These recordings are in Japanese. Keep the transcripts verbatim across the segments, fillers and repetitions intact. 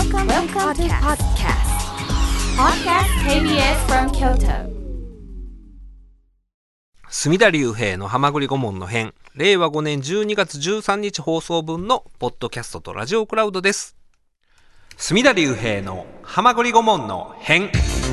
Welcome, Welcome to podcast. Podcast ケービーエス from Kyoto. 隅田隆平のはまぐり顧問の編、れいわごねんじゅうにがつじゅうさんにち放送分のポッドキャストとラジオクラウドです。隅田隆平のはまぐり顧問の編。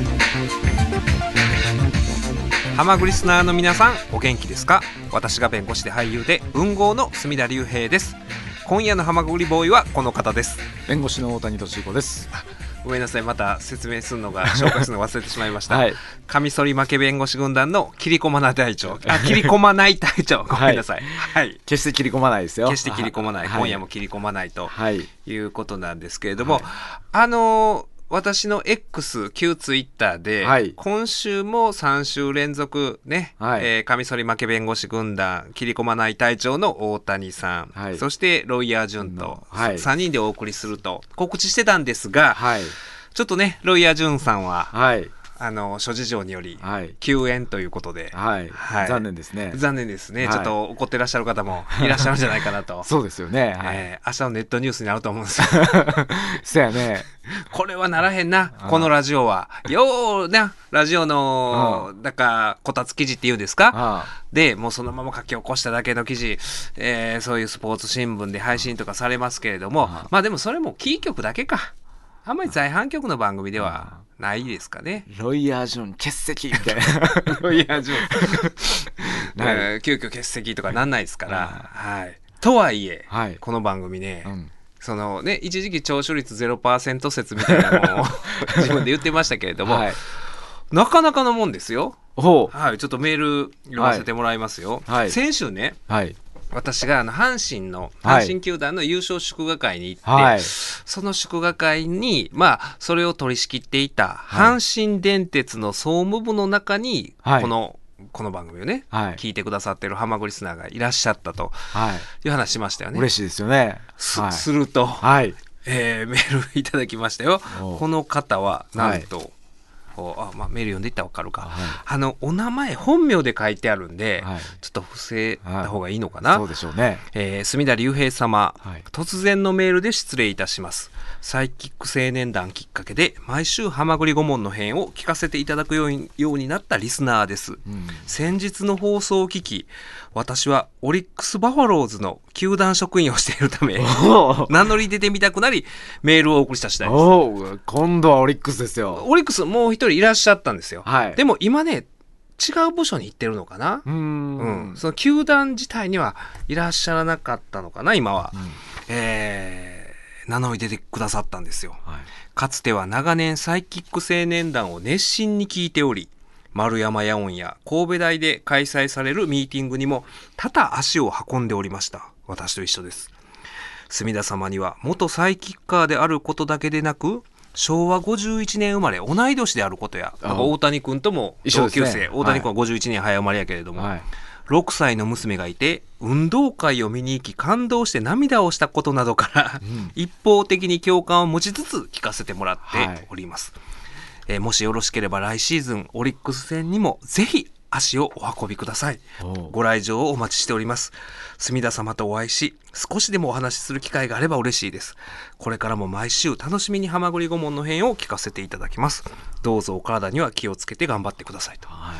はまぐりスナーの皆さん、お元気ですか？私が弁護士で俳優で文豪の隅田隆平です。今夜のはまぐりボーイはこの方です。 弁護士の大谷俊彦です。 ごめんなさい、また説明するのが紹介するの忘れてしまいました、 はい、 カミソリ負け弁護士軍団の切り込まない隊長あ切り込まない隊長ごめんなさい、はいはい、 決して切り込まないですよ。 決して切り込まない、 はい、 今夜も切り込まないとはいいうことなんですけれども、はい、あのー私の X 旧ツイッターで、はい、今週もさんしゅう連続ね、はい、えー、カミソリ負け弁護士軍団切り込まない隊長の大谷さん、はい、そしてロイヤー潤と、はい、さんにんでお送りすると告知してたんですが、はい、ちょっとねロイヤー潤さんは、はい、あの諸事情により休園ということで、 はいはい、残念ですね。 残念ですね、はい、ちょっと怒ってらっしゃる方もいらっしゃるんじゃないかなとそうですよね、はい、 えー、明日のネットニュースになると思うんですよそうやね、 これはならへんな、このラジオはようなラジオのなんかこたつ記事っていうんですか、でもうそのまま書き起こしただけの記事、えー、そういうスポーツ新聞で配信とかされますけれども、まあでもそれもキー局だけか、あんまり在阪局の番組ではないですかね。 ロイヤージョン欠席みたいなロイヤージョン、えー、急遽欠席とかなんないですから、はい、とはいえ、はい、この番組ね、うん、そのね一時期聴取率 ゼロパーセント 説みたいなのを自分で言ってましたけれども、はい、なかなかのもんですよ。はい、ちょっとメール読ませてもらいますよ、はい、先週ね、はい、私があの阪神の阪神球団の優勝祝賀会に行って、はい、その祝賀会にまあそれを取り仕切っていた阪神電鉄の総務部の中に、はい、このこの番組をね、はい、聞いてくださってるはまぐりスナーがいらっしゃったという話しましたよね。 嬉しいですよね。 す,、 はい、 すると、はい、えー、メールいただきましたよ。この方はなんと、はい、あまあ、メール読んでいったら分かるか、はい、あのお名前本名で書いてあるんで、はい、ちょっと伏せた方がいいのかな、はい、 そうでしょうね、 えー、隅田隆平様、はい、突然のメールで失礼いたします。サイキック青年団きっかけで毎週はまぐり顧問の編を聞かせていただくように、ようになったリスナーです、うん、先日の放送を聞き、私はオリックスバファローズの球団職員をしているため名乗り出てみたくなりメールをお送りした次第です。 お今度はオリックスですよ。 オリックスもう一人いらっしゃったんですよ、はい、でも今ね違う部署に行ってるのかな。うーん、うん、その球団自体にはいらっしゃらなかったのかな今は、うん、えー、名乗り出てくださったんですよ、はい、かつては長年サイキック青年団を熱心に聞いており、丸山野音や神戸大で開催されるミーティングにも多々足を運んでおりました。私と一緒です。隅田様には元サイキッカーであることだけでなく、しょうわごじゅういちねん生まれ同い年であることや、大谷君とも同級生、ね、大谷君はごじゅういちねん早生まれやけれども、はい、ろくさいの娘がいて運動会を見に行き感動して涙をしたことなどから、うん、一方的に共感を持ちつつ聞かせてもらっております、はい、えー、もしよろしければ来シーズンオリックス戦にもぜひ足をお運びください。ご来場をお待ちしております。隅田様とお会いし少しでもお話しする機会があれば嬉しいです。これからも毎週楽しみにはまぐり顧問の編を聞かせていただきます。どうぞお体には気をつけて頑張ってくださいと、はい、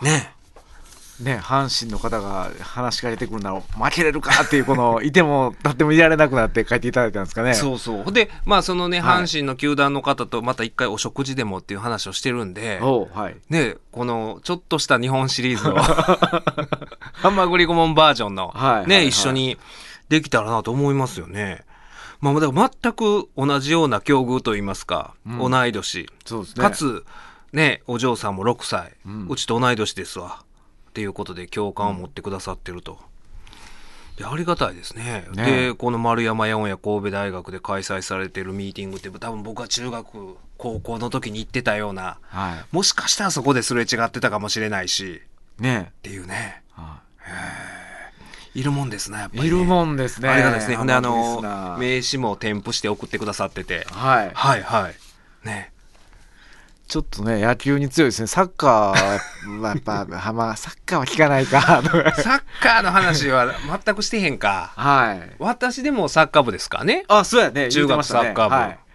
ねえね、阪神の方が話しかけてくるなら負けれるかっていうこのいても立ってもいられなくなって書いていただいたんですかね。 そうそうでまあそのね、はい、阪神の球団の方とまた一回お食事でもっていう話をしてるんで、はい、ね、このちょっとした日本シリーズのはまぐり顧問バージョンの、はい、ね、はい、一緒にできたらなと思いますよね。まあ、だから全く同じような境遇といいますか、うん、同い年、そうですね、かつねお嬢さんもろくさい、うん、うちと同い年ですわっていうことで共感を持ってくださってると、でありがたいです ね, ねでこの丸山野音や神戸大学で開催されてるミーティングって多分僕は中学高校の時に行ってたような、はい、もしかしたらそこですれ違ってたかもしれないし、ね、っていうね、はい、いるもんですね、やっぱり、ね、 いるもんですね。 ありがたいですね。であの名刺も添付して送ってくださってて、はい、はいはいね、 ちょっとね野球に強いですね。サッカーはやっぱまあサッカーは聞かないかサッカーの話は全くしてへんかはい、私でもサッカー部ですからね。 あ、そうやね、 中学サッカー部、はい、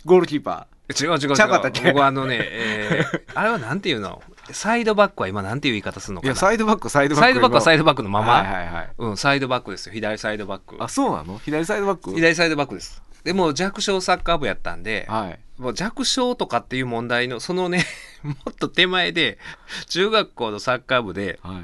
ゴールキーパー違う違う違うちゃうかったっけ僕あのね、えー、あれはなんていうのサイドバックは今なんていう言い方するのかな。 いやサイドバックサイドバックサイドバックはサイドバックのまま、 はいはいはい、 うん、サイドバックですよ。左サイドバック。 あそうなの。左サイドバック。 左サイドバックです。でも弱小サッカー部やったんで、 はい、 もう弱小とかっていう問題のそのねもっと手前で中学校のサッカー部で、はい、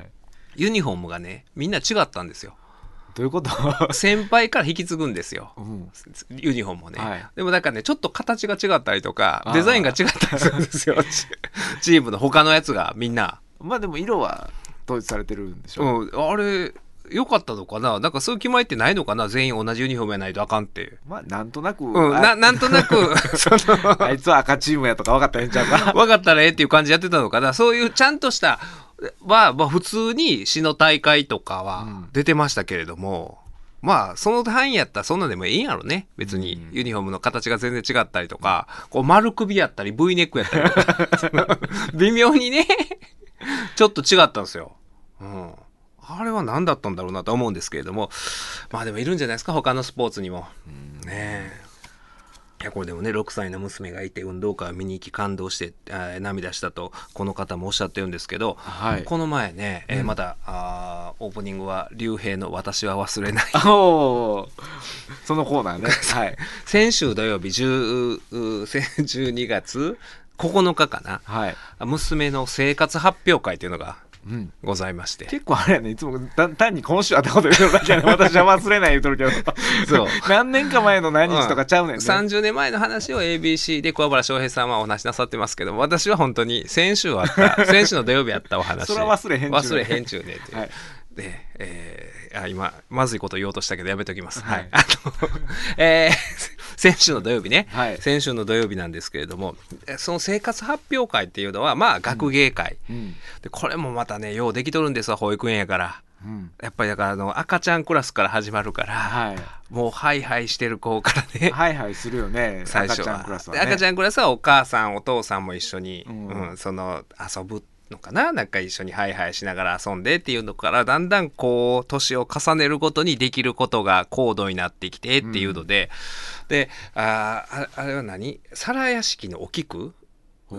ユニフォームがねみんな違ったんですよ。 どういうこと先輩から引き継ぐんですよ、うん、ユニフォームをね、はい、でもなんかねちょっと形が違ったりとかデザインが違ったりするんですよチームの他のやつがみんな。 まあでも色は統一されてるんでしょ、 うん、あれ良かったのかな。なんかそういう決まりってないのかな。全員同じユニフォームやないとあかんって。 まあなんとなく、 うん、な, なんとなくそのあいつは赤チームやとか分かったらええんちゃうか分かったらええっていう感じでやってたのかな。そういうちゃんとしたは、まあ、普通に市の大会とかは出てましたけれども、うん、まあその範囲やったらそんなでもいいんやろね別に、うん、ユニフォームの形が全然違ったりとか、こう丸首やったり V ネックやったりとか微妙にねちょっと違ったんですよ、うん、あれは何だったんだろうなと思うんですけれども、まあでもいるんじゃないですか他のスポーツにも、うん、ねえ。いやこれでもねろくさいの娘がいて運動会を見に行き感動して涙したとこの方もおっしゃってるんですけど、はい、この前ね、えー、また、うん、あオープニングは竜兵の私は忘れないおそのコーナーね、はい、 先週土曜日じゅうにがつここのかかな、はい、娘の生活発表会というのがうん、ございまして、 結構あれやねいつも単に今週あったこと言うとるだけやね私は忘れない言うとるけどそう何年か前の何日とかちゃうねんね、うん、 さんじゅうねんまえの話を エービーシー で桑原翔平さんはお話しなさってますけど私は本当に先週あった先週の土曜日あったお話それは忘れへんちゅうね忘れへんちゅうねって、はい、で、えー、あ今まずいこと言おうとしたけどやめときます、はい、はい、あのえー先週の土曜日ね、はい、先週の土曜日なんですけれどもその生活発表会っていうのはまあ学芸会、うんうん、でこれもまたねようできとるんですわ保育園やから、うん、やっぱりだからあの赤ちゃんクラスから始まるから、はい、もうハイハイしてる子からねハイハイするよね最初は赤ちゃんクラスは、ね、 赤ちゃんクラスはお母さんお父さんも一緒に、うんうん、その遊ぶのかななんか一緒にハイハイしながら遊んでっていうのからだんだんこう年を重ねるごとにできることが高度になってきてっていうので、うん、で あ, あ, あれは何皿屋敷のお菊、うん、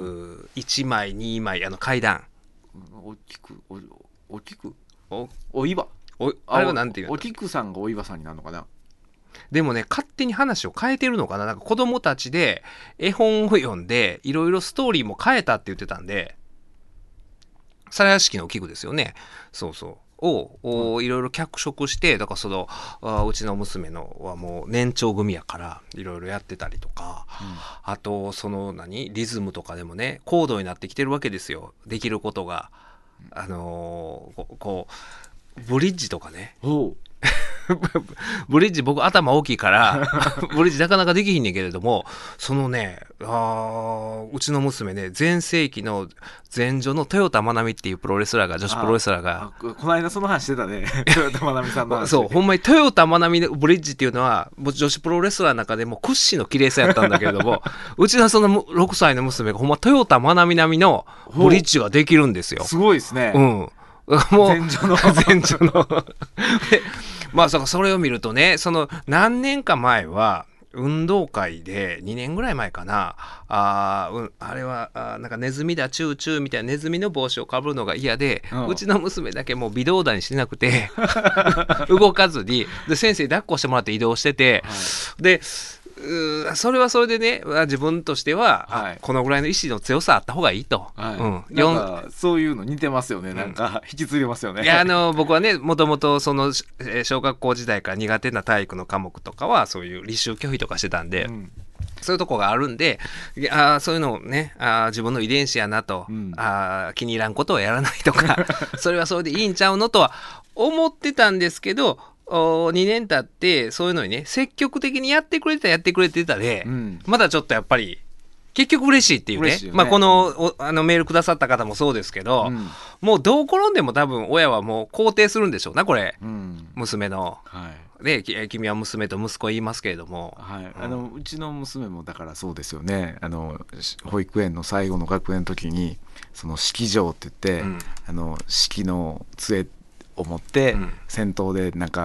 いちまいにまいあの階段お菊 お, お菊 お, お岩おあれはなんていうのお菊さんがお岩さんになるのかな。 でもね勝手に話を変えてるのかな。なんか子供たちで絵本を読んでいろいろストーリーも変えたって言ってたんで皿屋敷の器具ですよね。そうそうを、うん、いろいろ脚色してだからそのあうちの娘のはもう年長組やからいろいろやってたりとか、うん、あとその何リズムとかでもね高度になってきてるわけですよできることが、あのー、こ, こうブリッジとかねブリッジ僕頭大きいからブリッジなかなかできひんねんけれどもそのねあうちの娘ね全盛期の前女の豊田真奈美っていうプロレスラーが女子プロレスラーがこの間その話してたね豊田真奈美さんの話そうほんまに豊田真奈美のブリッジっていうのは女子プロレスラーの中でも屈指の綺麗さやったんだけれどもうちのそのろくさいの娘がほんま豊田真奈美並みのブリッジができるんですよ。 すごいですね。 うんもう前女の前女のでまあそれを見るとねその何年か前は運動会でにねんぐらい前かなあ、うん、あれはあなんかネズミだチューチューみたいなネズミの帽子をかぶるのが嫌で、うん、うちの娘だけもう微動だにしなくて動かずにで先生抱っこしてもらって移動してて、はい、でうそれはそれでね自分としては、はい、このぐらいの意志の強さあった方がいいと、 はいうん、なんかそういうの似てますよね。なんか引き継いでますよね。 いやあの僕はねもともとその小学校時代から苦手な体育の科目とかはそういう履修拒否とかしてたんで、うん、そういうとこがあるんであそういうのをねあ自分の遺伝子やなと、うん、あ気に入らんことをやらないとかそれはそれでいいんちゃうのとは思ってたんですけどにねん経ってそういうのにね積極的にやってくれてたやってくれてたで、うん、まだちょっとやっぱり結局嬉しいっていう ね, ね、まあ、このあのメールくださった方もそうですけど、うん、もうどう転んでも多分親はもう肯定するんでしょうなこれ、うん、娘の、はい、で君は娘と息子言いますけれども、 はい、うん、あのうちの娘もだからそうですよね。あの保育園の最後の学園の時にその式場って言って、うん、あの式の杖を持って、うん、先頭でなんか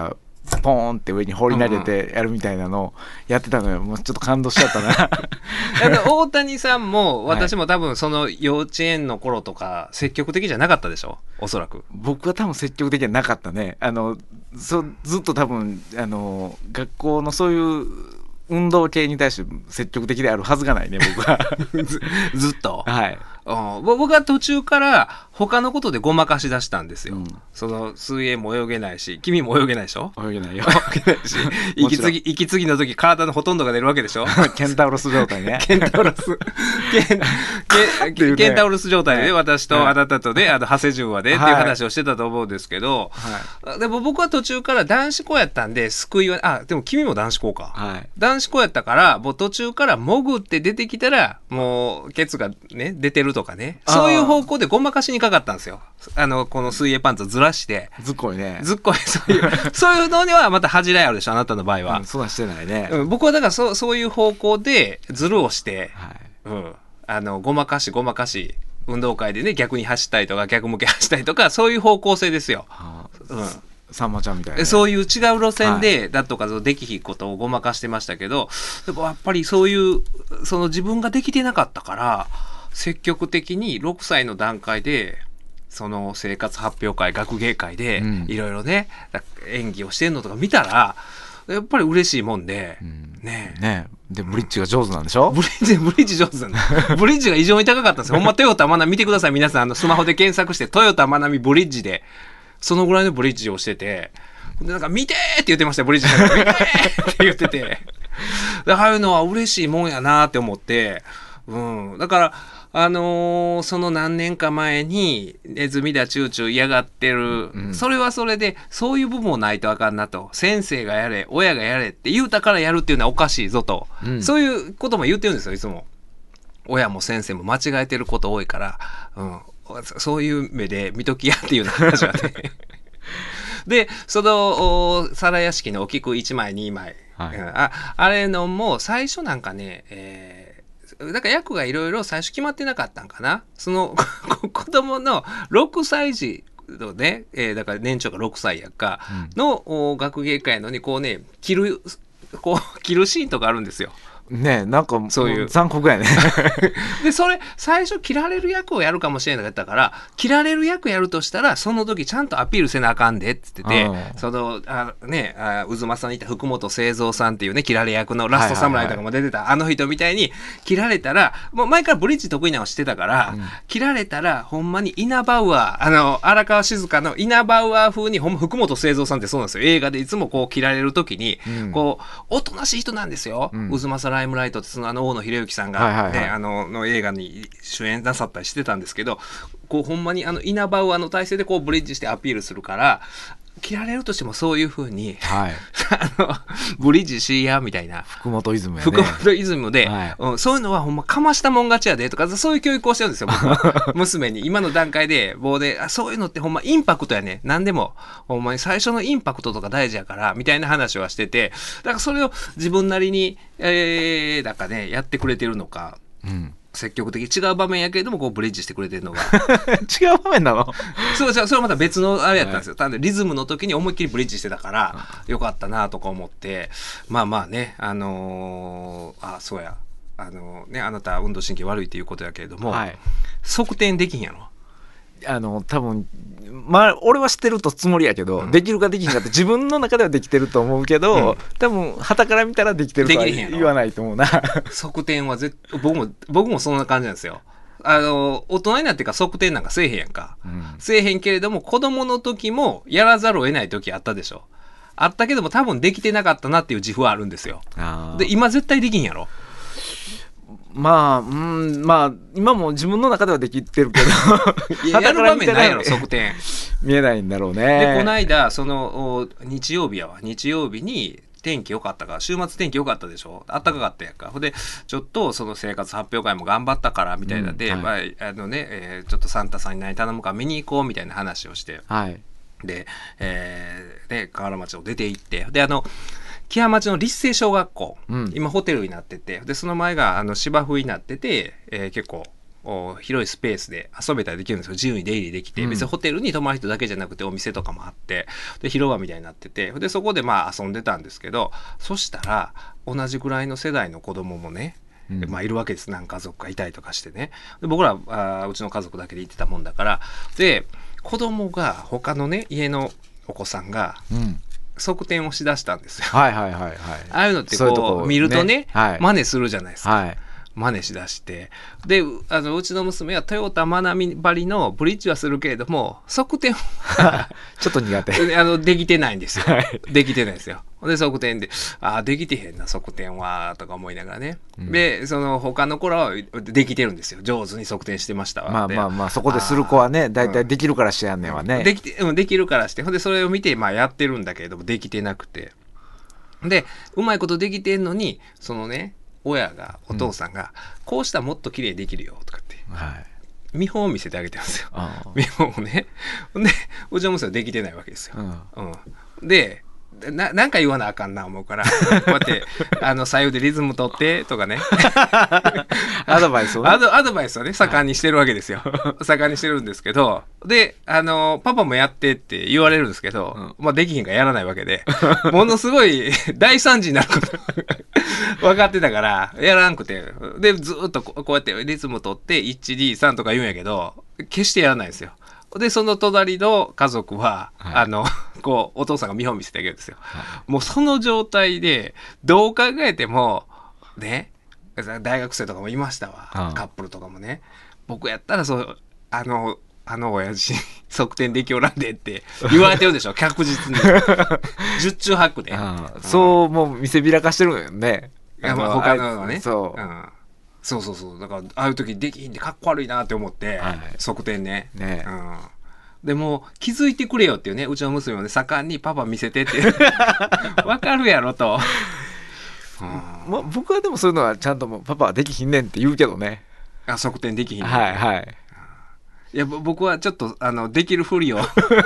ポーンって上に放り投げてやるみたいなのをやってたのよ。もうちょっと感動しちゃったな。 だって大谷さんも私も多分その幼稚園の頃とか積極的じゃなかったでしょ、おそらく。 僕は多分積極的じゃなかったね。あのそずっと多分あの学校のそういう運動系に対して積極的であるはずがないね、僕は。 ず, ずっと。 はい。 うん、僕は途中から他のことでごまかし出したんですよ、うん、その水泳も泳げないし、君も泳げないでしょ。 泳げないよ。 泳げないし、息継ぎ息継ぎの時体のほとんどが出るわけでしょ。 ケンタウロス状態ね。 ケンタウロスケンケン、ね、ケンタウロス状態で、ね、私とあなたとで、あの長谷順はで、はい、っていう話をしてたと思うんですけど、はい、でも僕は途中から男子校やったんで救いは、あ、でも君も男子校か、はい、男子校やったからもう途中から潜って出てきたらもうケツがね出てるとかね、そういう方向でごまかしにかかったんですよ。あのこの水泳パンツをずらしてずっこいね、 ずっこい、そういうそういうのにはまた恥じらいあるでしょ、あなたの場合は。 うん、そうはしてないね、 うん、僕はだからそ う, そういう方向でズルをして、はい、うん、あのごまかしごまかし運動会でね逆に走ったりとか逆向け走ったりとかそういう方向性ですよ、はあ、うん、 さんまちゃんみたいな、ね、 そういう違う路線で、はい、だとかできひんことをごまかしてましたけど、でもやっぱりそういうその自分ができてなかったから積極的にろくさいの段階でその生活発表会学芸会でいろいろね、うん、演技をしてんのとか見たらやっぱり嬉しいもんで、うん、ねえねえ、でブリッジが上手なんでしょ。 ブリッジブリッジ上手なんだ。ブリッジが異常に高かったんですよ。ほんまトヨタマナミ見てください皆さん、あのスマホで検索してトヨタマナミブリッジでそのぐらいのブリッジをしてて、でなんか見てーって言ってましたよ、ブリッジで見てーって言っててああいうのは嬉しいもんやなって思って、うん、だからあのー、その何年か前にネズミだチューチュー嫌がってる、うん、それはそれでそういう部分もないとあかんなと、先生がやれ親がやれって言うたからやるっていうのはおかしいぞと、うん、そういうことも言ってるんですよいつも。親も先生も間違えてること多いから、うん、そういう目で見ときやっていうような話はねでその皿屋敷のお菊いちまいにまい、はい、うん、あ, あれのもう最初なんかね、えーだから役がいろいろ最初決まってなかったんかな。その子供のろくさい児のね、えー、だから年長がろくさいやかの、うん、学芸会のにこうね切るこう切るシーンとかあるんですよ。 ねえ、なんかそういう残酷やねでそれ最初切られる役をやるかもしれなかったから、切られる役やるとしたらその時ちゃんとアピールせなあかんでって言ってて、そのあねあ渦政にいた福本清三さんっていうね切られ役のラスト侍とかも出てた、はいはいはい、あの人みたいに切られたらもう前からブリッジ得意なの知ってたから、うん、切られたらほんまにイナバウアー、あの荒川静香のイナバウアー風にほんま福本清三さんってそうなんですよ。映画でいつもこう切られる時に、うん、こうおとなしい人なんですよ、うん、渦政ライムライトってそのあの大野博之さんが、ね、はいはいはい、あのの映画に主演なさったりしてたんですけど、こうほんまにあのイナバウアーの体勢でこうブリッジしてアピールするから切られるとしてもそういう風に、はい、あのブリッジしやみたいな福本イズムやね、 福本イズムで、はい、うん、そういうのはほんまかましたもん勝ちやでとかそういう教育をしてるんですよ僕は娘に今の段階で棒であそういうのってほんまインパクトやね、何でもほんまに最初のインパクトとか大事やからみたいな話はしてて、だからそれを自分なりに、えー、なんかねやってくれてるのか、うん、積極的違う場面やけれどもこうブリッジしてくれてるのが違う場面なのそうそれはまた別のあれやったんですよ、はい、リズムの時に思いっきりブリッジしてたからよかったなとか思って、まあまあね、あのー、あそうやあのー、ね、あなた運動神経悪いっていうことやけれども、はい、側転できんやろ。 あの多分まあ俺は知ってるとつもりやけど、うん、できるかできひんかって自分の中ではできてると思うけど、うん、多分傍から見たらできてるとは言わないと思うな側転はぜ僕も僕もそんな感じなんですよ。あの大人になってから側転なんかせえへんやんか、うん、せえへんけれども子供の時もやらざるを得ない時あったでしょ。あったけども多分できてなかったなっていう自負はあるんですよ。で今絶対できんやろ。 まあ、うん、まあ今も自分の中ではできてるけどや, やる場面ないやろ側転見えないんだろうね。 でこの間その日曜日やわ日曜日に天気良かったから週末天気良かったでしょ、あったかかったやんか。ほんでちょっとその生活発表会も頑張ったからみたいなで、うんはい、まあ、あのね、えー、ちょっとサンタさんに何頼むか見に行こうみたいな話をして、はい、で、えー、で河原町を出て行ってであの木屋町の立成小学校、うん、今ホテルになっててでその前があの芝生になってて、えー、結構広いスペースで遊べたりできるんですよ。自由に出入りできて、うん、別にホテルに泊まる人だけじゃなくてお店とかもあって、で広場みたいになってて、でそこでまあ遊んでたんですけど、そしたら同じぐらいの世代の子供もね、うん、まあいるわけです。何家族かいたりとかしてね。で僕らあうちの家族だけで行ってたもんだから、で子供が他のね家のお子さんが、うん側転をしだしたんですよ。 はいはいはいはい。 ああいうのってこう、こ見るとね、はい、真似するじゃないですか。はい、真似しだして、であのうちの娘はトヨタマナミばりのブリッジはするけれども側転はちょっと苦手あのできてないんですよ。はい、できてないんですよ。で側転でああできてへんな側転はとか思いながらね、うん、でその他の子らはできてるんですよ。上手に側転してましたわ。 まあまあまあそこでする子はねだいたいできるからしてやんねんわね、 うん、できて、うん、できるからして、ほんでそれを見てまあやってるんだけれどもできてなくて、でうまいことできてんのにそのね親がお父さんが、うん、こうしたらもっと綺麗にできるよとかって、はい、見本を見せてあげてるんですよ。見本をね。でうちの娘はできてないわけですよ。うんうん、でな, なんか言わなあかんな思うからこうやってあの左右でリズム取ってとかねアドバイスを、 ね、アドアドバイスをね盛んにしてるわけですよ。盛んにしてるんですけど、であのパパもやってって言われるんですけど、うん、まあできひんからやらないわけでものすごい大惨事になること分かってたからやらんくて、でずっとこうやってリズム取っていちにさんとか言うんやけど決してやらないんですよ。でその隣の家族は、はい、あのこうお父さんが見本見せてあげるんですよ。はい、もうその状態でどう考えてもね大学生とかもいましたわ、うん、カップルとかもね、僕やったらそうあのあの親父側転できおらんでって言われてるでしょ確実に十中八九で、うん、 そうもう見せびらかしてるのよね。 あの他のねそう、うんそうそうそう、だからああいう時できひんでかっこ悪いなって思って、はい、側転ね、ね、うん、でも気づいてくれよっていうね、うちの娘もね盛んにパパ見せてってわかるやろと、 うんまあ、僕はでもそういうのはちゃんともうパパはできひんねんって言うけどね。 あ側転できひんねん、 はいはい、 いや僕はちょっとあのできるふりを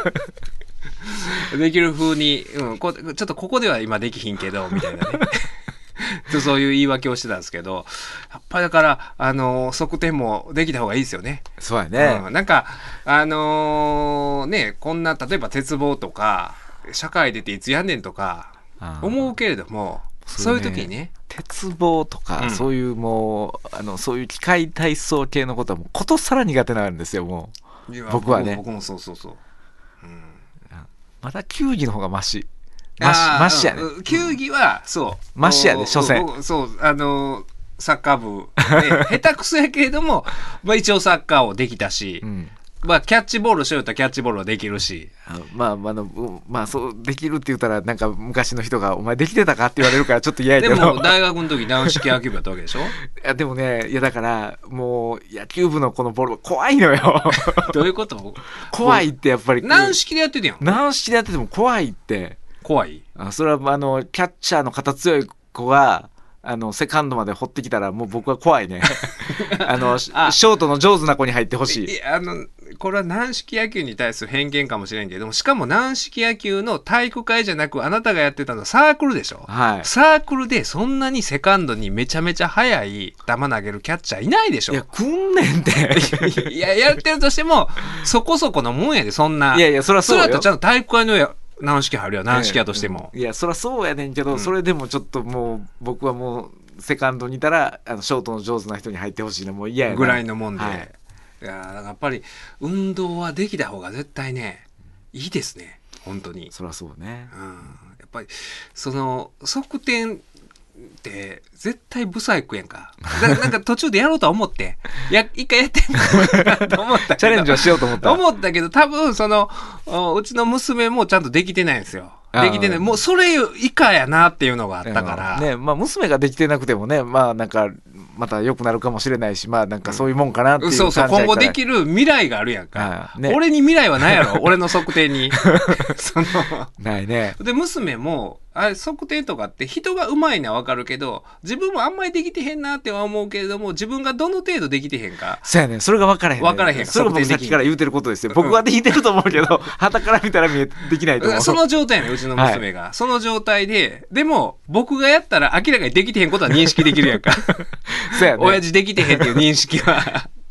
できる風に、うん、こちょっとここでは今できひんけどみたいなねそういう言い訳をしてたんですけど、やっぱりだからあの側転もできた方がいいですよね。 そうやね、 うん、なんかあのー、ねこんな例えば鉄棒とか社会出ていつやんねんとか思うけれども、そういう時にね鉄棒とか、うん、そういうもうあのそういう機械体操系のことはもうことさら苦手なんですよ。もう僕はね僕もそうそうそう、うん、 まだ球技の方がマシマシマシやね、 うん、球技はそうマシやね、所詮そうあのサッカー部で下手くそやけれどもまあ一応サッカーをできたし、うんまあ、キャッチボールしようとキャッチボールはできるし、 あまああのまあそうできるって言ったらなんか昔の人がお前できてたかって言われるからちょっと嫌やけどでも大学の時軟式野球部やったわけでしょ。いやでもねいやだからもう野球部のこのボール怖いのよどういうこと？ 怖いってやっぱり軟式でやっててやん。 軟式でやってても怖いって怖い。 あそれはあのキャッチャーの肩強い子があのセカンドまで掘ってきたらもう僕は怖いねあのショートの上手な子に入ってほしい。 いやあのこれは軟式野球に対する偏見かもしれんけれども、しかも軟式野球の体育会じゃなくあなたがやってたのはサークルでしょ、はい、サークルでそんなにセカンドにめちゃめちゃ速い球投げるキャッチャーいないでしょ。 いや来んねんっていややってるとしてもそこそこのもんやでそんな。 いやいやそりゃそうよ。 それだとちゃんと体育会のや軟式入るよ軟式やとしても、 えーうん、いやそりゃそうやねんけど、うん、それでもちょっともう僕はもうセカンドにいたらあのショートの上手な人に入ってほしいのもう嫌やなぐらいのもんで、 はい、 いやだからやっぱり運動はできた方が絶対ねいいですね本当に。 そりゃそうね、 うん、やっぱりその側転って絶対ブサイクやんか。なんか途中でやろうとは思ってや一回やってみようかなと思ったけどチャレンジはしようと思った思ったけど多分そのうちの娘もちゃんとできてないんですよ。できてないもうそれ以下やなっていうのがあったからね。まあ娘ができてなくてもねまあなんかまた良くなるかもしれないしまあなんかそういうもんかなっていう感じ、 うん、そうそう今後できる未来があるやんか、ね、俺に未来はないやろ俺の側転にそのないね。 で娘もあれ側転とかって人が上手いのは分かるけど自分もあんまりできてへんなっては思うけれども自分がどの程度できてへんかそうやねそれが分からへん、ね、 分からへんそれが僕さっきから言うてることですよ。僕はできてると思うけど傍から見たら見えできないと思う。 その状態ねうちの娘が、はい、その状態ででも僕がやったら明らかにできてへんことは認識できるやんかそうやね親父できてへんっていう認識は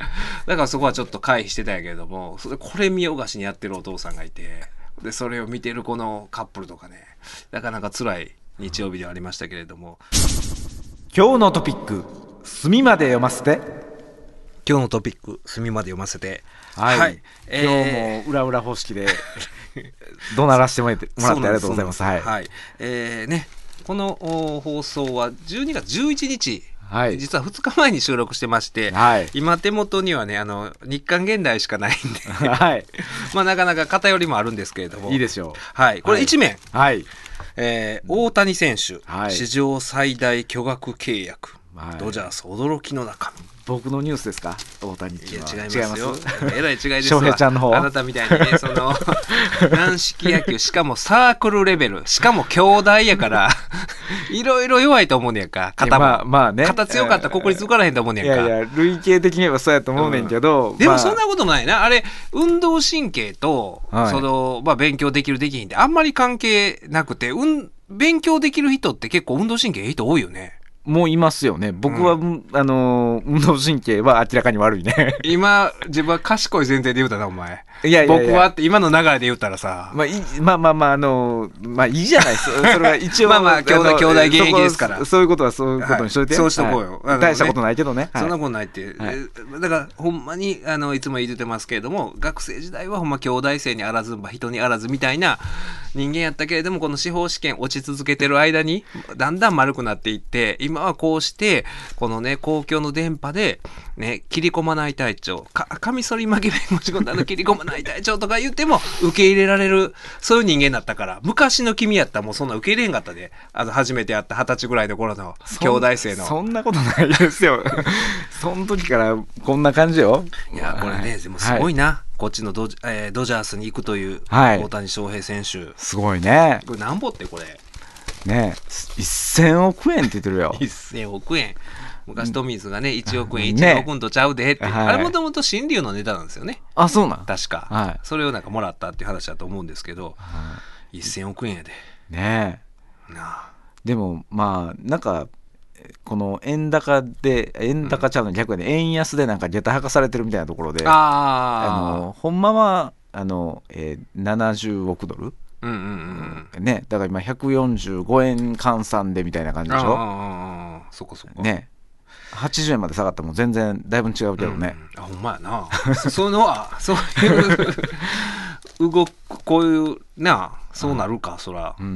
だからそこはちょっと回避してたんやけれども、それこれ見よがしにやってるお父さんがいて、でそれを見てるこのカップルとかね、なかなか辛い日曜日ではありましたけれども。 今日のトピック隅まで読ませて。 今日のトピック隅まで読ませて、 はい、はい、えー、今日も裏裏方式で怒鳴らせてもらってもらってありがとうございます。はい、 はい、えー、ね、この放送はじゅうにがつじゅういちにち、はい、実はふつかまえに収録してまして、はい、今手元にはね、あの日刊現代しかないんで、はい、まあなかなか偏りもあるんですけれども、 いいでしょう。 はい、これ一面、 はい、 えー、大谷選手、はい、史上最大巨額契約、はい、ドジャース驚きの中身。 僕のニュースですか、大谷っていうのは。 いや違いますよ。えらい違いです翔平ちゃんの方。 あなたみたいにね、その軟式野球、しかもサークルレベル、しかも兄弟やからいろいろ弱いと思うねやんか。肩も、まあまあね、肩強かったら国立受からへんと思うねやんか。 いやいや、類型的に言えばそうやと思うねんけど、 うん、でもそんなこともないな。あれ運動神経と、はい、そのまあ勉強できるできひんってあんまり関係なくて、うん、勉強できる人って結構運動神経いい人多いよね。 もういますよね。僕は、うん、あのー、運動神経は明らかに悪いね。 今自分は賢い前提で言うたなお前。 いやいやいや、 僕はって今の流れで言ったらさ、 まあ、いまあまあまああのー、まあいいじゃないですか。それは一応まあまあ兄弟兄弟現役ですから。 そ, そういうことはそういうことにしといて。 はい、そうしとこうよ。 はい、大したことないけどね。 はい、そんなことないって、はい、だからほんまにあのいつも言ってますけれども、学生時代はほんま兄弟生にあらずば人にあらずみたいな人間やったけれども、この司法試験落ち続けてる間にだんだん丸くなっていって、今はこうしてこのね公共の電波でね、切り込まない隊長、かカミソリ負け弁護士軍団の切り込まない隊長とか言っても受け入れられる、そういう人間だったから。昔の君やったらもうそんな受け入れんかったで、あの初めて会った二十歳ぐらいの頃の兄弟生の。 そんなことないですよその時からこんな感じよ。 いやこれね、でもすごいな、はい、こっちの ド,、えー、ドジャースに行くという大谷翔平選手、はい、 すごいね。 これ何ぼってこれね、せんおくえんって言ってるよ。 せんおくえん。昔トミーズがねいちおくえんいちねんおくんとちゃうでって、はい、あれもともと新竜のネタなんですよね。 あ、そうなん。 確か、はい、それをなんかもらったっていう話だと思うんですけど、はい、せんおくえんやでねえ。なあ、 でもまあなんかこの円高で円高ちゃうの逆で、円安でなんか下駄吐かされてるみたいなところで、ああのほんまはあの、えー、ななじゅうおくドル、うんうんうん、ね、だから今ひゃくよんじゅうごえん換算でみたいな感じでしょ。 ああ、そこそこね、はちじゅうえんまで下がったらもう全然だいぶ違うけどね、 うん、あほんまやなそういうのはそういう動くこういうな、そうなるか、うん、そら、うんうん、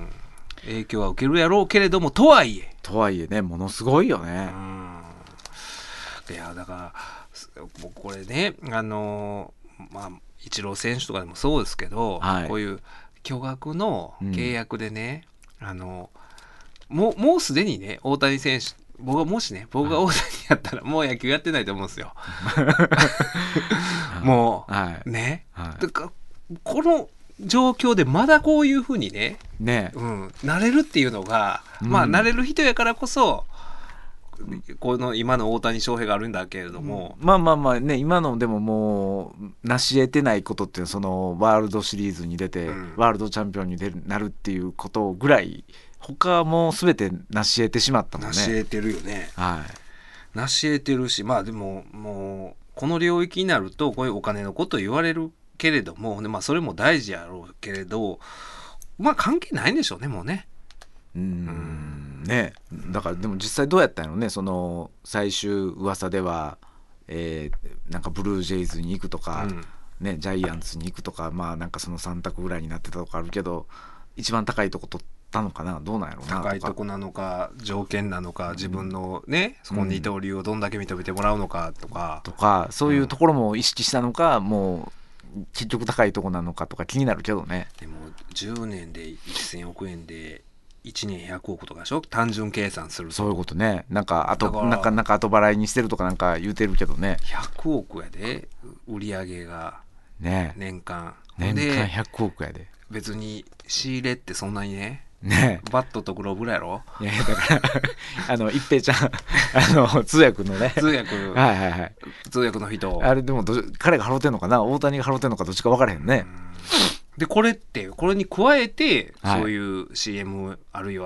影響は受けるやろうけれども、とはいえとはいえね、ものすごいよね、 うん、いやだからこれね、あのまあイチロー選手とかでもそうですけど、はい、こういう巨額の契約でね、うん、あのもうもうすでにね大谷選手、僕がもしね僕が大谷やったらもう野球やってないと思うんですよもう、はい、ね、はい、だからこの状況でまだこういうふうにね、ね、うん、なれるっていうのが、うん、まあなれる人やからこそこの今の大谷翔平があるんだけれども、 うん、まあまあまあね、今のでももう成し得てないことっていうのは、そのワールドシリーズに出て、うん、ワールドチャンピオンに出るなるっていうことぐらい、他はもう全て成し得てしまったもんね。 成し得てるよね、 はい、 成し得てるし、まあでももうこの領域になるとこういうお金のこと言われるけれども、まあ、それも大事やろうけれど、まあ関係ないんでしょうね、もうね。 うーんね、だからでも実際どうやったのね、その最終噂では、えー、なんかブルージェイズに行くとか、うんね、ジャイアンツに行くとか、まあなんかそのさん択ぐらいになってたとかあるけど、一番高いとこ取ったのかな、どうなんやろうな。 高いとこなのか条件なのか、自分のね、そこに二刀流をどんだけ認めてもらうのかとか、 とかそういうところも意識したのか、うん、もう結局高いとこなのかとか気になるけどね。 でもじゅうねんでせんおくえんでいちねんひゃくおくとかでしょ、単純計算すると。 そういうことね。なんかあとなんかなんか後払いにしてるとかなんか言うてるけどね。 ひゃくおくやで、売り上げが年間、 ね、年間ひゃくおくやで。 別に仕入れってそんなにね、 ね、 バットとグローブやろ。 いやだからあの一平ちゃんあの通訳のね、 通訳はいはいはい通訳の人、 あれでもど彼が払ってんのかな、大谷が払ってんのかどっちか分からへんね。 でこれってこれに加えて、はい、そういう シーエム あるいは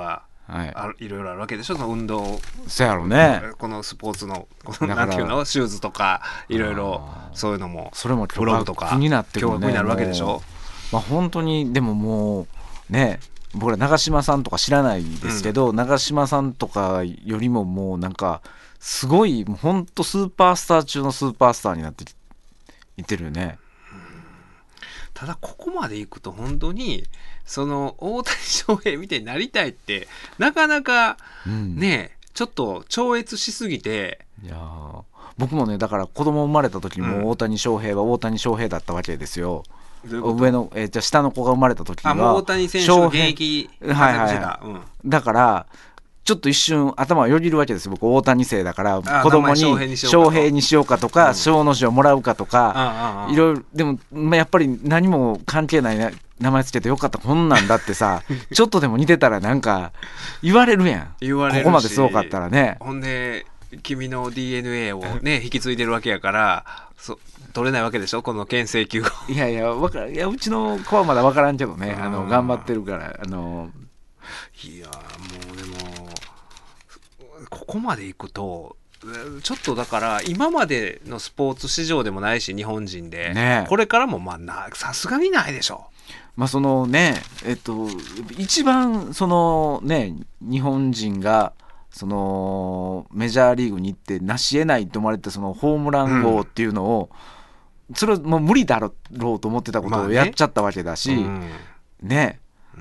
はい、あいろいろあるわけでしょ、その運動、 そうやろね、 このスポーツのこのなんていうのシューズとかいろいろそういうのもそれもブログとかになってくるね、 教育になるわけでしょ。 まあ、本当にでももうね、僕ら長嶋さんとか知らないですけど、うん、長嶋さんとかよりももうなんかすごい本当スーパースター中のスーパースターになっていってるよね。 ただここまでいくと本当にその大谷翔平みたいになりたいってなかなかね、うん、ちょっと超越しすぎて、 いや僕もねだから子供生まれた時にも大谷翔平は大谷翔平だったわけですよ、うん、どういうこと？上の、えー、じゃあ下の子が生まれた時はあもう大谷選手の現役活躍してた、 はいはいはいうん、だからちょっと一瞬頭をよぎるわけですよ。僕大谷生だから子供に翔平にしようかとか翔の字をもらうかとかいろいろ、でも、まあ、やっぱり何も関係ない名前つけてよかった、こんなんだってさちょっとでも似てたらなんか言われるやん。 言われるし、 ここまですごかったらね。 ほんで君の ディーエヌエー をね引き継いでるわけやからそ取れないわけでしょ、この牽制球を。 いやいやわかいやうちの子はまだ分からんけどね、あの頑張ってるからあのいやもうでもここまでいくとちょっとだから今までのスポーツ市場でもないし日本人で、ね、これからもまあなさすがにないでしょ。 まあそのねえっと一番そのね日本人がそのメジャーリーグに行って成し得ないと思われてそのホームラン王っていうのを、うん、それはもう無理だろうと思ってたことをやっちゃったわけだし、まあ、ね、うん、ね、うん、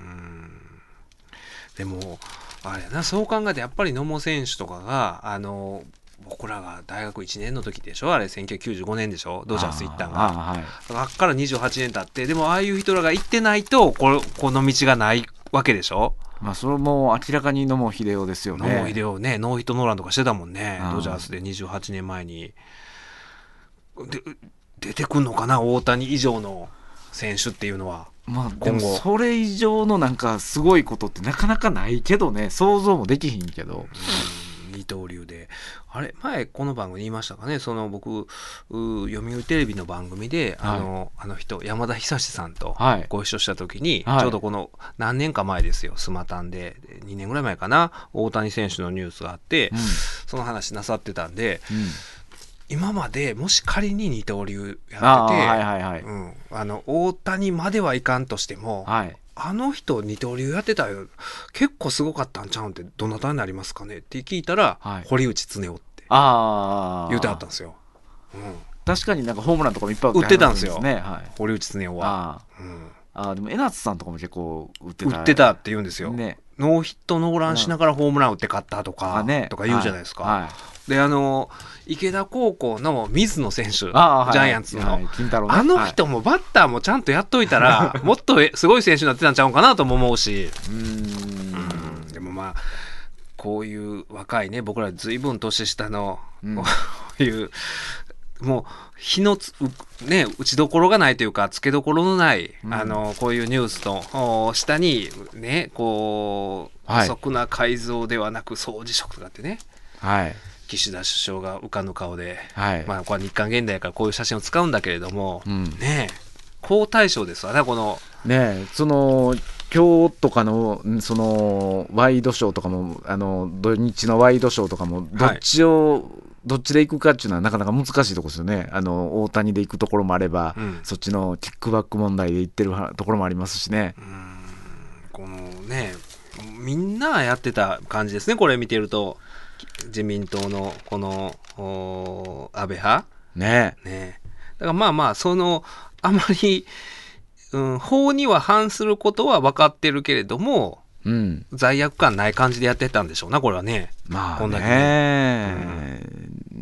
でもあれやな、そう考えてやっぱり野茂選手とかがあの僕らが大学いちねんの時でしょ、あれせんきゅうひゃくきゅうじゅうごねんでしょ、ドジャース行ったんが あ,、はい、あっからにじゅうはちねん経って、でもああいう人らが行ってないとこ, この道がないわけでしょ。 まあそれも明らかに野茂英雄ですよね。 野茂英雄ね、ノーヒットノーランとかしてたもんね、ドジャースでにじゅうはちねんまえに。で出てくんのかな大谷以上の選手っていうのは。 まあでもそれ以上のなんかすごいことってなかなかないけどね、想像もできひんけど、 うん、二刀流であれ前この番組に言いましたかね、その僕読売テレビの番組で、はい、あのあの人山田久志さんとご一緒した時に、はい、ちょうどこの何年か前ですよ、スマタンでにねんぐらい前かな、大谷選手のニュースがあって、うん、その話なさってたんで、うん今までもし仮に二刀流やってて、はいはいはいうん、あの大谷まではいかんとしても、はい、あの人二刀流やってたよ結構すごかったんちゃうんってどなたになりますかねって聞いたら、はい、堀内恒夫って言うてはったんですよ、 うん、確かになんかホームランとかもいっぱい打ってたんですよ、ねはい、堀内恒夫は。 あ、うん、あでも江夏さんとかも結構打ってた打ってたって言うんですよ、ね、ノーヒットノーランしながらホームラン打って勝ったとか、ね、とか言うじゃないですか、はいはいであの池田高校の水野選手ジャイアンツの あ,、はいはい、あの人もバッターもちゃんとやっといたら、はい、もっとすごい選手になってたんちゃうかなとも思うしうーんでもまあこういう若いね僕らずいぶん年下の、うん、こういうもう日のつ、ね、打ちどころがないというかつけどころのない、うん、あのこういうニュースの下にねこう姑息な改造ではなく掃除職とかってね、はい岸田首相が浮かぬ顔で、はいまあ、これは日韓現代からこういう写真を使うんだけれども、うん、ね好対象ですわねこのねその今日とかのそのワイドショーとかもあの土日のワイドショーとかもどっちを、はい、どっちで行くかっていうのはなかなか難しいところですよね。あの大谷で行くところもあれば、うん、そっちのキックバック問題で行ってるところもありますしね。うんこのねみんなやってた感じですねこれ見てると。自民党のこの安倍派ねねだからまあまあそのあまり、うん、法には反することは分かってるけれども、うん、罪悪感ない感じでやってたんでしょうなこれはね。 まあねこんだけね、うん、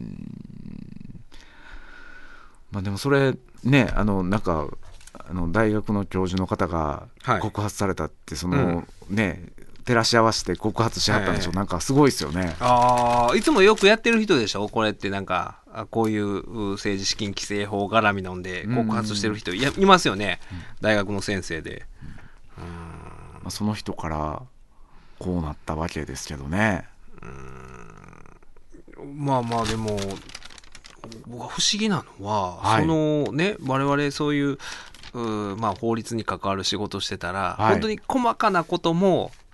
まあでもそれねあのなんかあの大学の教授の方が告発されたって、はい、その、うん、ね照らし合わせて告発しはったんでしょ、えー、なんかすごいですよね。 あいつもよくやってる人でしょこれってなんかこういう政治資金規正法絡みのんで告発してる人 い, やいますよね、うん、大学の先生で、 うんうんまあ、その人からこうなったわけですけどね。 うんまあまあでも僕は不思議なのは、はい、そのね我々そういう、うまあ、法律に関わる仕事してたら、はい、本当に細かなことも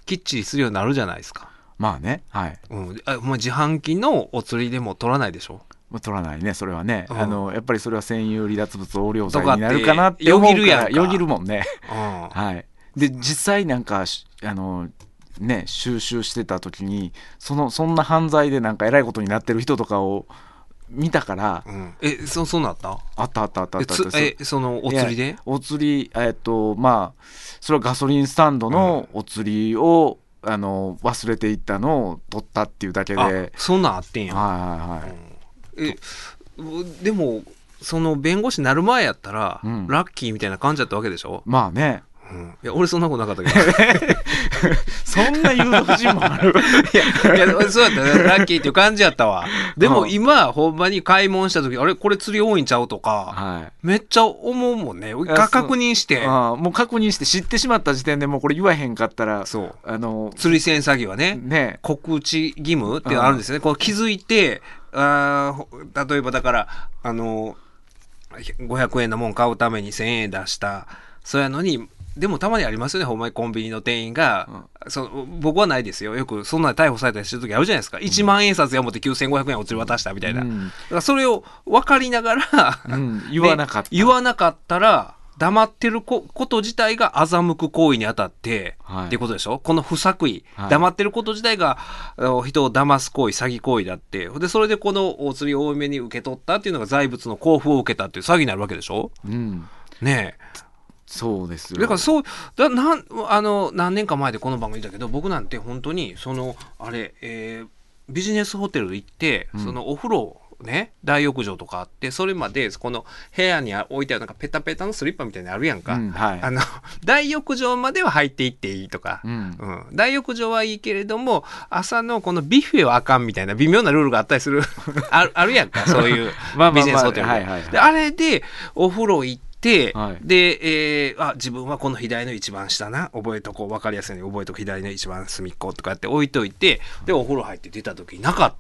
きっちりするようになるじゃないですか。 まあね、はい、 うん、あもう自販機のお釣りでも取らないでしょ。 取らないね、それはね、 うん、 あのやっぱりそれは占有離脱物横領罪になるかなって思うからよぎるやんか、よぎるもんね、うん、はい。で実際なんかあのね収集してた時にそのそんな犯罪でなんかえらいことになってる人とかを見たから、 うん、えそそうなったあったあったあったあったえそのお釣りでお釣りえっとまあそれはガソリンスタンドのお釣りを、うん、あの忘れていったのを取ったっていうだけで、 あそんなんあってんや。 はいはいはい、 うん、えでもその弁護士になる前やったら、うん、ラッキーみたいな感じだったわけでしょ。 まあね、 うん、いや俺そんなことなかったけどそんな誘導尋問あるいやいやそうやったね、ラッキーっていう感じやったわ。でも今ほんまに買い物した時あれこれ釣り多いんちゃうとか、はい、めっちゃ思うもんね。確認してあもう確認して知ってしまった時点でもうこれ言わへんかったらそうあの釣り線詐欺は ね, ね告知義務っていうのあるんですよね。こう気づいてあ例えばだからあのごひゃくえんのもん買うためにせんえん出したそうやのにでもたまにありますよね、ほんまにコンビニの店員が、うん、そ僕はないですよ、よくそんなに逮捕されたりしてる時あるじゃないですか、うん、いちまんえん札や思ってきゅうせんごひゃくえんお釣り渡したみたいな、うん、だからそれを分かりながら、 うん、言わなかった、 ね、言わなかったら黙ってること自体が欺く行為にあたって、はい、っていうことでしょ。この不作為、はい、黙ってること自体が人を騙す行為、詐欺行為だって、でそれでこのお釣りを多めに受け取ったっていうのが財物の交付を受けたっていう詐欺になるわけでしょ、うん、ねえそうですよ。 だからそうだなんあの何年か前でこの番組だけど僕なんて本当にそのあれ、えー、ビジネスホテル行って、うん、そのお風呂ね大浴場とかあってそれまでこの部屋に置いてあるなんかペタペタのスリッパみたいなのあるやんか、うんはい、あの大浴場までは入っていっていいとか、うんうん、大浴場はいいけれども朝のこのビュッフェはあかんみたいな微妙なルールがあったりするあ, あるやんかそういうビジネスホテルで、であれでお風呂行ってで、はい、で、えー、あ自分はこの左の一番下な覚えとこう分かりやすいように覚えとこう左の一番隅っことかって置いといてでお風呂入って出た時になかった、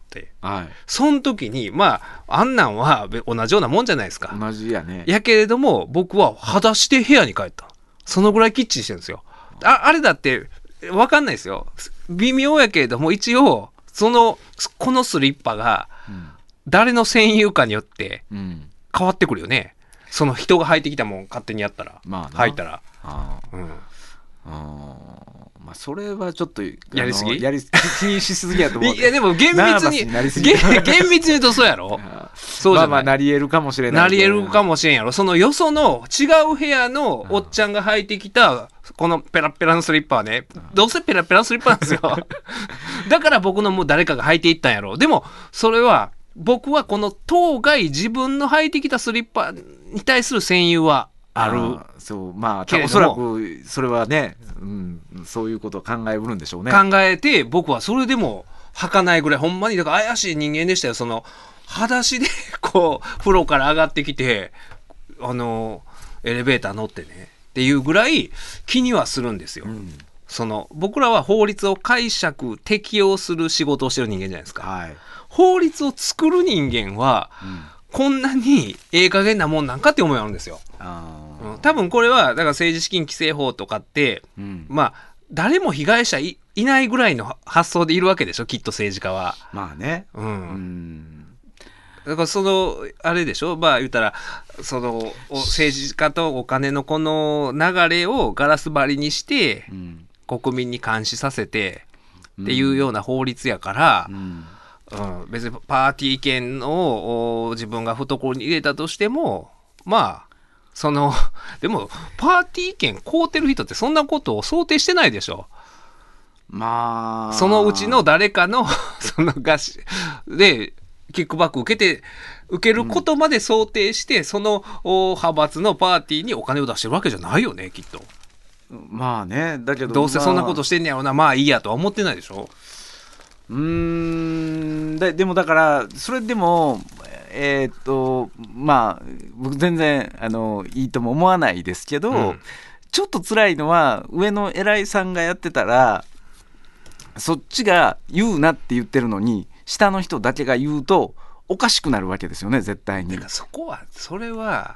はい、その時にまああんなんは同じようなもんじゃないですか。 同じやね。 やけれども僕は裸足で部屋に帰った。そのぐらいきっちりしてるんですよ。 あ, あれだって分かんないですよ、微妙やけれども一応そのこのスリッパが誰の占有かによって変わってくるよね、うんその人が履いてきたもん勝手にやったら、まあ、履いたらあ、うん、 あまあそれはちょっとやりすぎやり気にしすぎやと思う。 いやでも厳密に厳密に言うとそうやろそうじゃない、まあまあなり得るかもしれないなり得るかもしれんやろ。そのよその違う部屋のおっちゃんが履いてきたこのペラペラのスリッパはねどうせペラペラのスリッパなんですよだから僕のもう誰かが履いていったんやろ。でもそれは僕はこの当該自分の履いてきたスリッパに対する占有はある。あそうまあおそらくそれはね、うん、そういうことを考えうるんでしょうね。 考えて僕はそれでも履かないぐらいほんまにだから怪しい人間でしたよ。その裸足でこう風呂から上がってきてあのエレベーター乗ってねっていうぐらい気にはするんですよ、うん、その僕らは法律を解釈適用する仕事をしてる人間じゃないですか、はい、法律を作る人間は、うん、こんなにええ加減なもんなんかって思いあるんですよ。あ、うん、多分これはだから政治資金規正法とかって、うん、まあ誰も被害者 い, いないぐらいの発想でいるわけでしょきっと政治家は。 まあね、うん、 うんだからそのあれでしょまあ言ったらその政治家とお金のこの流れをガラス張りにして、うん、国民に監視させてっていうような法律やから、うんうん、別にパーティー券を自分が懐に入れたとしてもまあそのでもパーティー券買うてる人ってそんなことを想定してないでしょ。まあそのうちの誰かのその菓子でキックバック受けて受けることまで想定して、うん、その派閥のパーティーにお金を出してるわけじゃないよねきっと。 まあねだけどどうせそんなことしてんねやろな、まあいいやとは思ってないでしょ。 うーん で, でもだからそれでもえー、っとまあ僕全然あのいいとも思わないですけど、うん、ちょっと辛いのは上の偉いさんがやってたらそっちが言うなって言ってるのに下の人だけが言うとおかしくなるわけですよね絶対に。 そこはそれは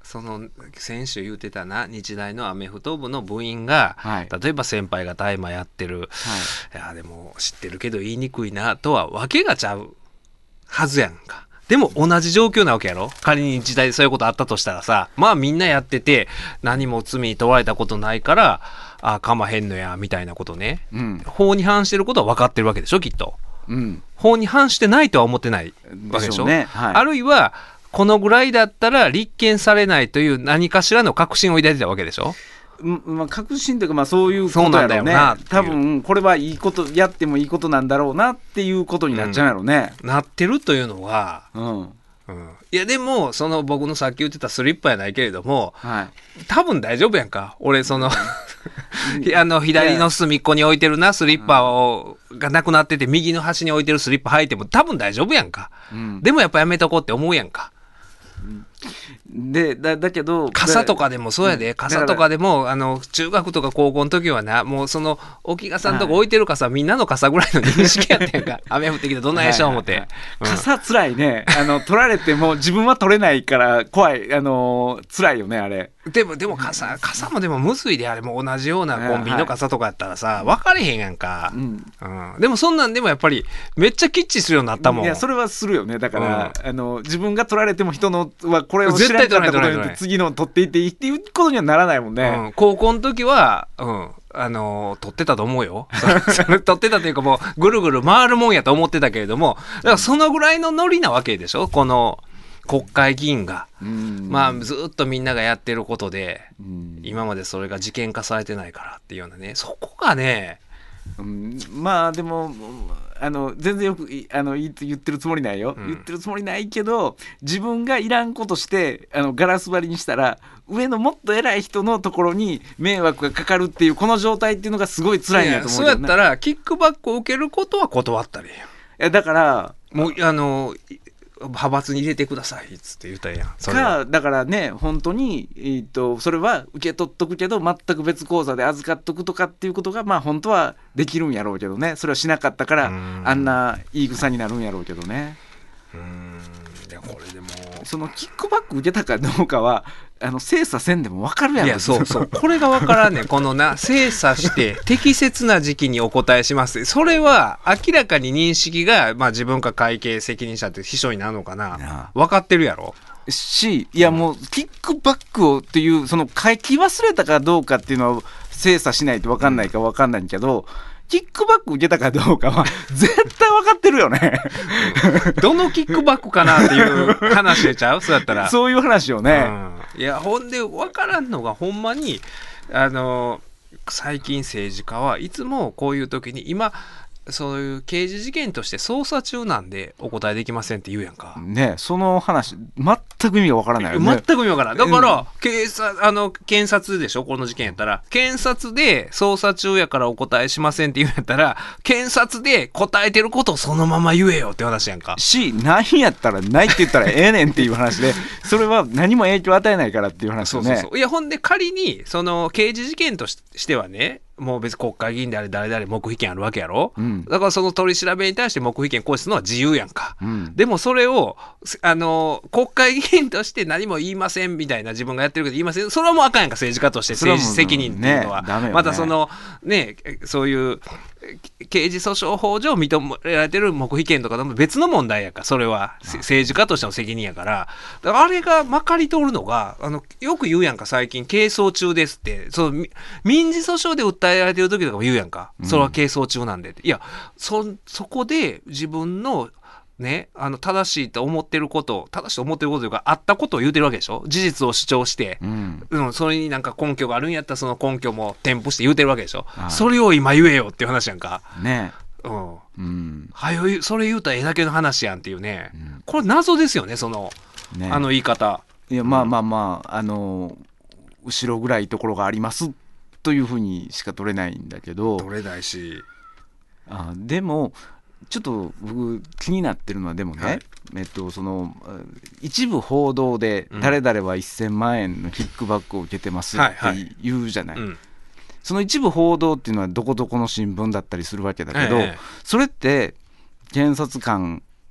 その先週言うてたな日大のアメフト部の部員が、はい、例えば先輩が大麻やってる、はい、いやでも知ってるけど言いにくいなとはわけがちゃうはずやんか。でも同じ状況なわけやろ。仮に日大でそういうことあったとしたらさ、まあみんなやってて何も罪に問われたことないからあかまへんのやみたいなことね、うん、法に反してることは分かってるわけでしょきっと、うん、法に反してないとは思ってないわけでしょ、ね、はい、あるいはこのぐらいだったら立件されないという何かしらの確信を抱いてたわけでしょ。 まあ、確信というか、まあ、そういうことやろうね。多分これはいいことやってもいいことなんだろうなっていうことになっちゃうやろうね、 うん、なってるというのは、うんうん、いやでもその僕のさっき言ってたスリッパやないけれども、はい、多分大丈夫やんか。俺そのあの左の隅っこに置いてるなスリッパを、うん、がなくなってて右の端に置いてるスリッパ履いても多分大丈夫やんか、うん、でもやっぱやめとこうって思うやんか。 で だ, だけど傘とかでもそうやで、うん、傘とかでもあの中学とか高校の時はなもうその沖賀さんとこ置いてる傘、はい、みんなの傘ぐらいの認識やったやんか雨降ってきてどんなやしょ思って、はいはいはい、 うん、傘つらいねあの取られても自分は取れないから怖い、あのー、つらいよねあれ。 でもでも傘傘もでもむずいで、あれも同じようなコンビニの傘とかやったらさ、はい、分かれへんやんか、うんうん、でもそんなんでもやっぱりめっちゃキッチするようになったもん。 いやそれはするよね。だから、うん、あの自分が取られても人のはこれを知らなかったことによって次の取っていっていいっていうことにはならないもんね、うん、 高校の時は、うん、あの取ってたと思うよそれ取ってたというかもうぐるぐる回るもんやと思ってたけれども、だからそのぐらいのノリなわけでしょこの国会議員が、うん、まあずっとみんながやってることで、うん、今までそれが事件化されてないからっていうようなね、そこがね、 うん、まあでもあの全然よくあの言ってるつもりないよ、うん、言ってるつもりないけど自分がいらんことしてあのガラス張りにしたら上のもっと偉い人のところに迷惑がかかるっていうこの状態っていうのがすごい辛いんやと思うけどね。 そうやったらキックバックを受けることは断ったらいいよ。いやだからもうあの派閥に入れてくださいっつって言ったらやん。それかだからね本当に、えー、とそれは受け取っとくけど全く別口座で預かっとくとかっていうことがまあ本当はできるんやろうけどね、それはしなかったからあんな言い草になるんやろうけどね。 うーんいやこれでもそのキックバック受けたかどうかはあの精査せんでも分かるやろ。 いやそうそうこれが分からんねんこのな精査して適切な時期にお答えしますそれは明らかに認識が、まあ、自分か会計責任者って秘書になるのかな分かってるやろし、いやもうキックバックをっていうその書き忘れたかどうかっていうのは精査しないと分かんないか分かんないけど、うんキックバック受けたかどうかは絶対分かってるよねどのキックバックかなっていう話でちゃうそうやったらそういう話よね、 うん、いやほんで分からんのがほんまにあの最近政治家はいつもこういう時に今そういう刑事事件として捜査中なんでお答えできませんって言うやんかね。その話全く意味がわからないよね。 全く意味わからない。だから、うん、警察あの検察でしょこの事件やったら検察で捜査中やからお答えしませんって言うんやったら検察で答えてることをそのまま言えよって話やんかしないやったらないって言ったらええねんっていう話でそれは何も影響与えないからっていう話よね。 そうそうそういやほんで仮にその刑事事件としてはねもう別に国会議員であれ誰々黙秘権あるわけやろ、うん、だからその取り調べに対して黙秘権行使するのは自由やんか、うん、でもそれをあの国会議員として何も言いませんみたいな自分がやってるけど言いませんそれはもうあかんやんか政治家として政治責任っていうのは、ねね、またそのねそういう刑事訴訟法上認められてる黙秘権とかでも別の問題やからそれは政治家としての責任やからだからあれがまかり通るのがあのよく言うやんか最近係争中ですってその民事訴訟で訴えられてる時とかも言うやんかそれは係争中なんでって、うん、いや そ, そこで自分のね、あの正しいと思ってること正しいと思ってることというかあったことを言うてるわけでしょ事実を主張して、うんうん、それになんか根拠があるんやったらその根拠も添付して言うてるわけでしょ、はい、それを今言えよっていう話やんかねうんうん、はよそれ言うたらええだけの話やんっていうね、うん、これ謎ですよねその、ね、あの言い方いやまあまあまあ、うん、あの後ろぐらいところがありますというふうにしか取れないんだけど取れないしあでもちょっと僕気になってるのはでもね、はいえっと、その一部報道で誰々はせんまんえんのキックバックを受けてますって言うじゃない、はいはいうん、その一部報道っていうのはどこどこの新聞だったりするわけだけど、ええ、それって検察官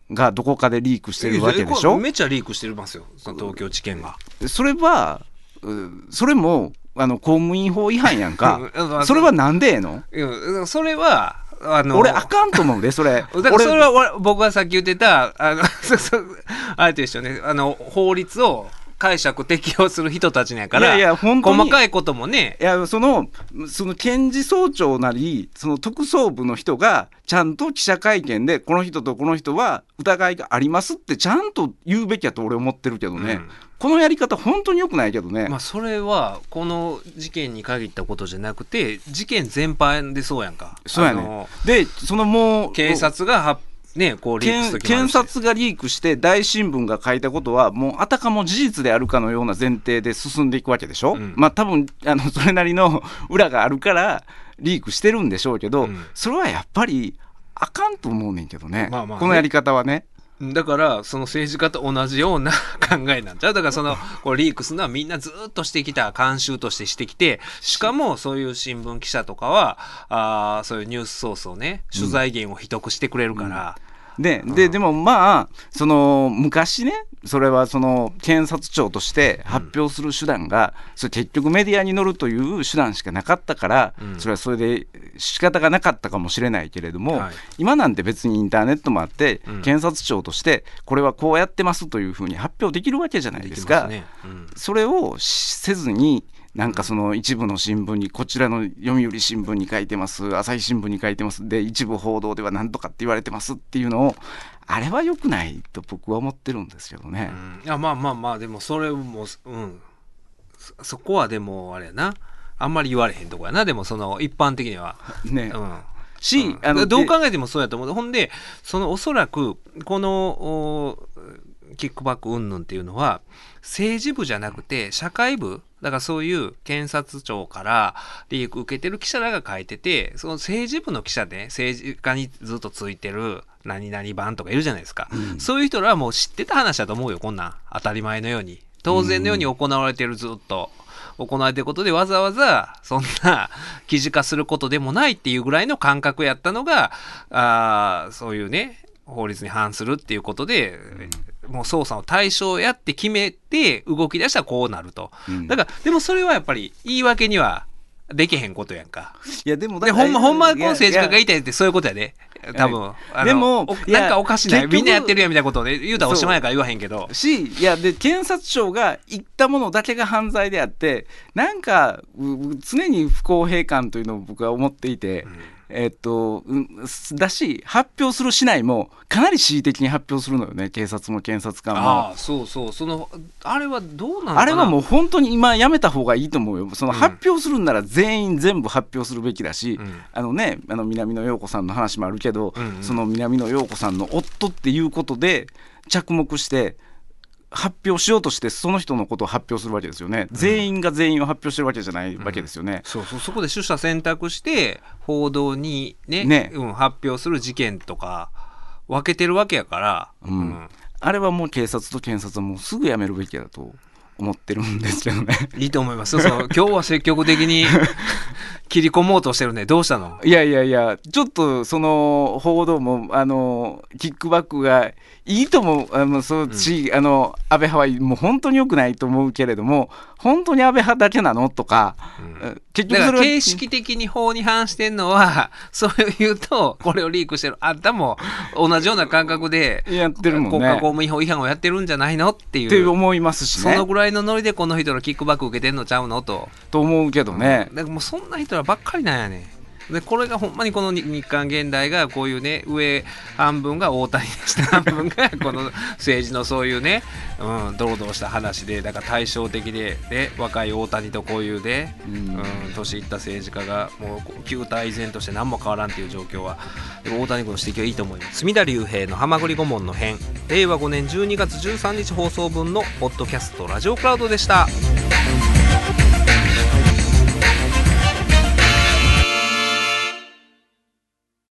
がどこかでリークしてるわけでしょ。 めっちゃリークしてますよ、その東京地検が。 それはそれもあの公務員法違反やんかそれはなんでええの。 いやそれはあの俺あかんと思うでそれ。 だからそれは僕がさっき言ってたあのあれと一緒ね、あの法律を解釈適用する人たちやから、いやいや本当に細かいこともね、 いやそのその検事総長なりその特捜部の人がちゃんと記者会見でこの人とこの人は疑いがありますってちゃんと言うべきやと俺思ってるけどね、うん、このやり方本当に良くないけどね。 まあそれはこの事件に限ったことじゃなくて事件全般でそうやんか。 そうやね。でそのもう警察が発ね、こうリークする時もあるし、 検察がリークして大新聞が書いたことはもうあたかも事実であるかのような前提で進んでいくわけでしょ、うん、まあ多分あのそれなりの裏があるからリークしてるんでしょうけど、うん、それはやっぱりあかんと思うねんけどね、まあまあね、このやり方はね。 だからその政治家と同じような考えなんちゃう。だからそのこうリークするのはみんなずっとしてきた慣習としてしてきて、しかもそういう新聞記者とかはあそういうニュースソースをね取材源を秘匿してくれるから、 うん、で, で, でもまあその昔ねそれはその検察庁として発表する手段が、うん、それ結局メディアに載るという手段しかなかったから、うん、それはそれで仕方がなかったかもしれないけれども、はい、今なんて別にインターネットもあって、うん、検察庁としてこれはこうやってますというふうに発表できるわけじゃないですか。できますね。うん、それをせずになんかその一部の新聞にこちらの読売新聞に書いてます朝日新聞に書いてますで一部報道ではなんとかって言われてますっていうのをあれは良くないと僕は思ってるんですけどね、 うん、いやまあまあまあでもそれも、うん、そ, そこはでもあれやなあんまり言われへんとこやな。でもその一般的にはね、うんし、うん、あのどう考えてもそうやと思う。ほんでそのおそらくこのキックバック云々っていうのは政治部じゃなくて社会部だからそういう検察庁からリーク受けてる記者らが書いてて、その政治部の記者で、ね、政治家にずっとついてる何々版とかいるじゃないですか、うん、そういう人らはもう知ってた話だと思うよ。こんなん当たり前のように当然のように行われてるずっと行われてることでわざわざそんな記事化することでもないっていうぐらいの感覚やったのがあそういうね法律に反するっていうことで、うん、もう捜査の対象やって決めて動き出したらこうなると、うん、だからでもそれはやっぱり言い訳にはできへんことやんか。 いやでもだでほんまほんまこの政治家が言いたいってそういうことやで多分あのでもなんかおかしないみんなやってるやみたいなことをね言うたらおしまいやから言わへんけどしいやで検察庁が言ったものだけが犯罪であってなんか常に不公平感というのを僕は思っていて、うんえー、っとだし発表するしないもかなり恣意的に発表するのよね警察も検察官も。 あそうそうそのあれはどうなのかな。 あれはもう本当に今やめた方がいいと思うよ。その発表するんなら全員全部発表するべきだし、うん、あのねあの南野陽子さんの話もあるけど、うんうん、その南野陽子さんの夫っていうことで着目して発表しようとしてその人のことを発表するわけですよね、うん、全員が全員を発表してるわけじゃないわけですよね、 うん、そうそうそこで取捨選択して報道に ね, ね、うん、発表する事件とか分けてるわけやから、 うんうん、あれはもう警察と検察はもうすぐやめるべきだと思ってるんですけどね。 いいと思います。そうそう今日は積極的に切り込もうとしてるね。どうしたの。 いやいやいやちょっとその報道もあのキックバックがいいともあのそっち、うん、あの安倍派はもう本当に良くないと思うけれども本当に安倍派だけなのとか、 うん、結局それはだから形式的に法に反してんのはそれを言うとこれをリークしてるあんたも同じような感覚でやってるもんね。 国家公務員法違反をやってるんじゃないのっていうって思いますしね。 そのぐらいのノリでこの人のキックバック受けてんのちゃうのとと思うけどね、 うん、だからもうそんな人らばっかりなんやね。でこれがほんまにこの日刊現代がこういうね上半分が大谷で下半分がこの政治のそういうね、うん、ドロドロした話でだから対照的で、で若い大谷とこういうね、うんうん、年いった政治家がもう旧態依然として何も変わらんっていう状況はでも大谷君の指摘はいいと思います。隅田隆平のはまぐり顧問の編れいわごねんじゅうにがつじゅうさんにち放送分のポッドキャストラジオクラウドでした。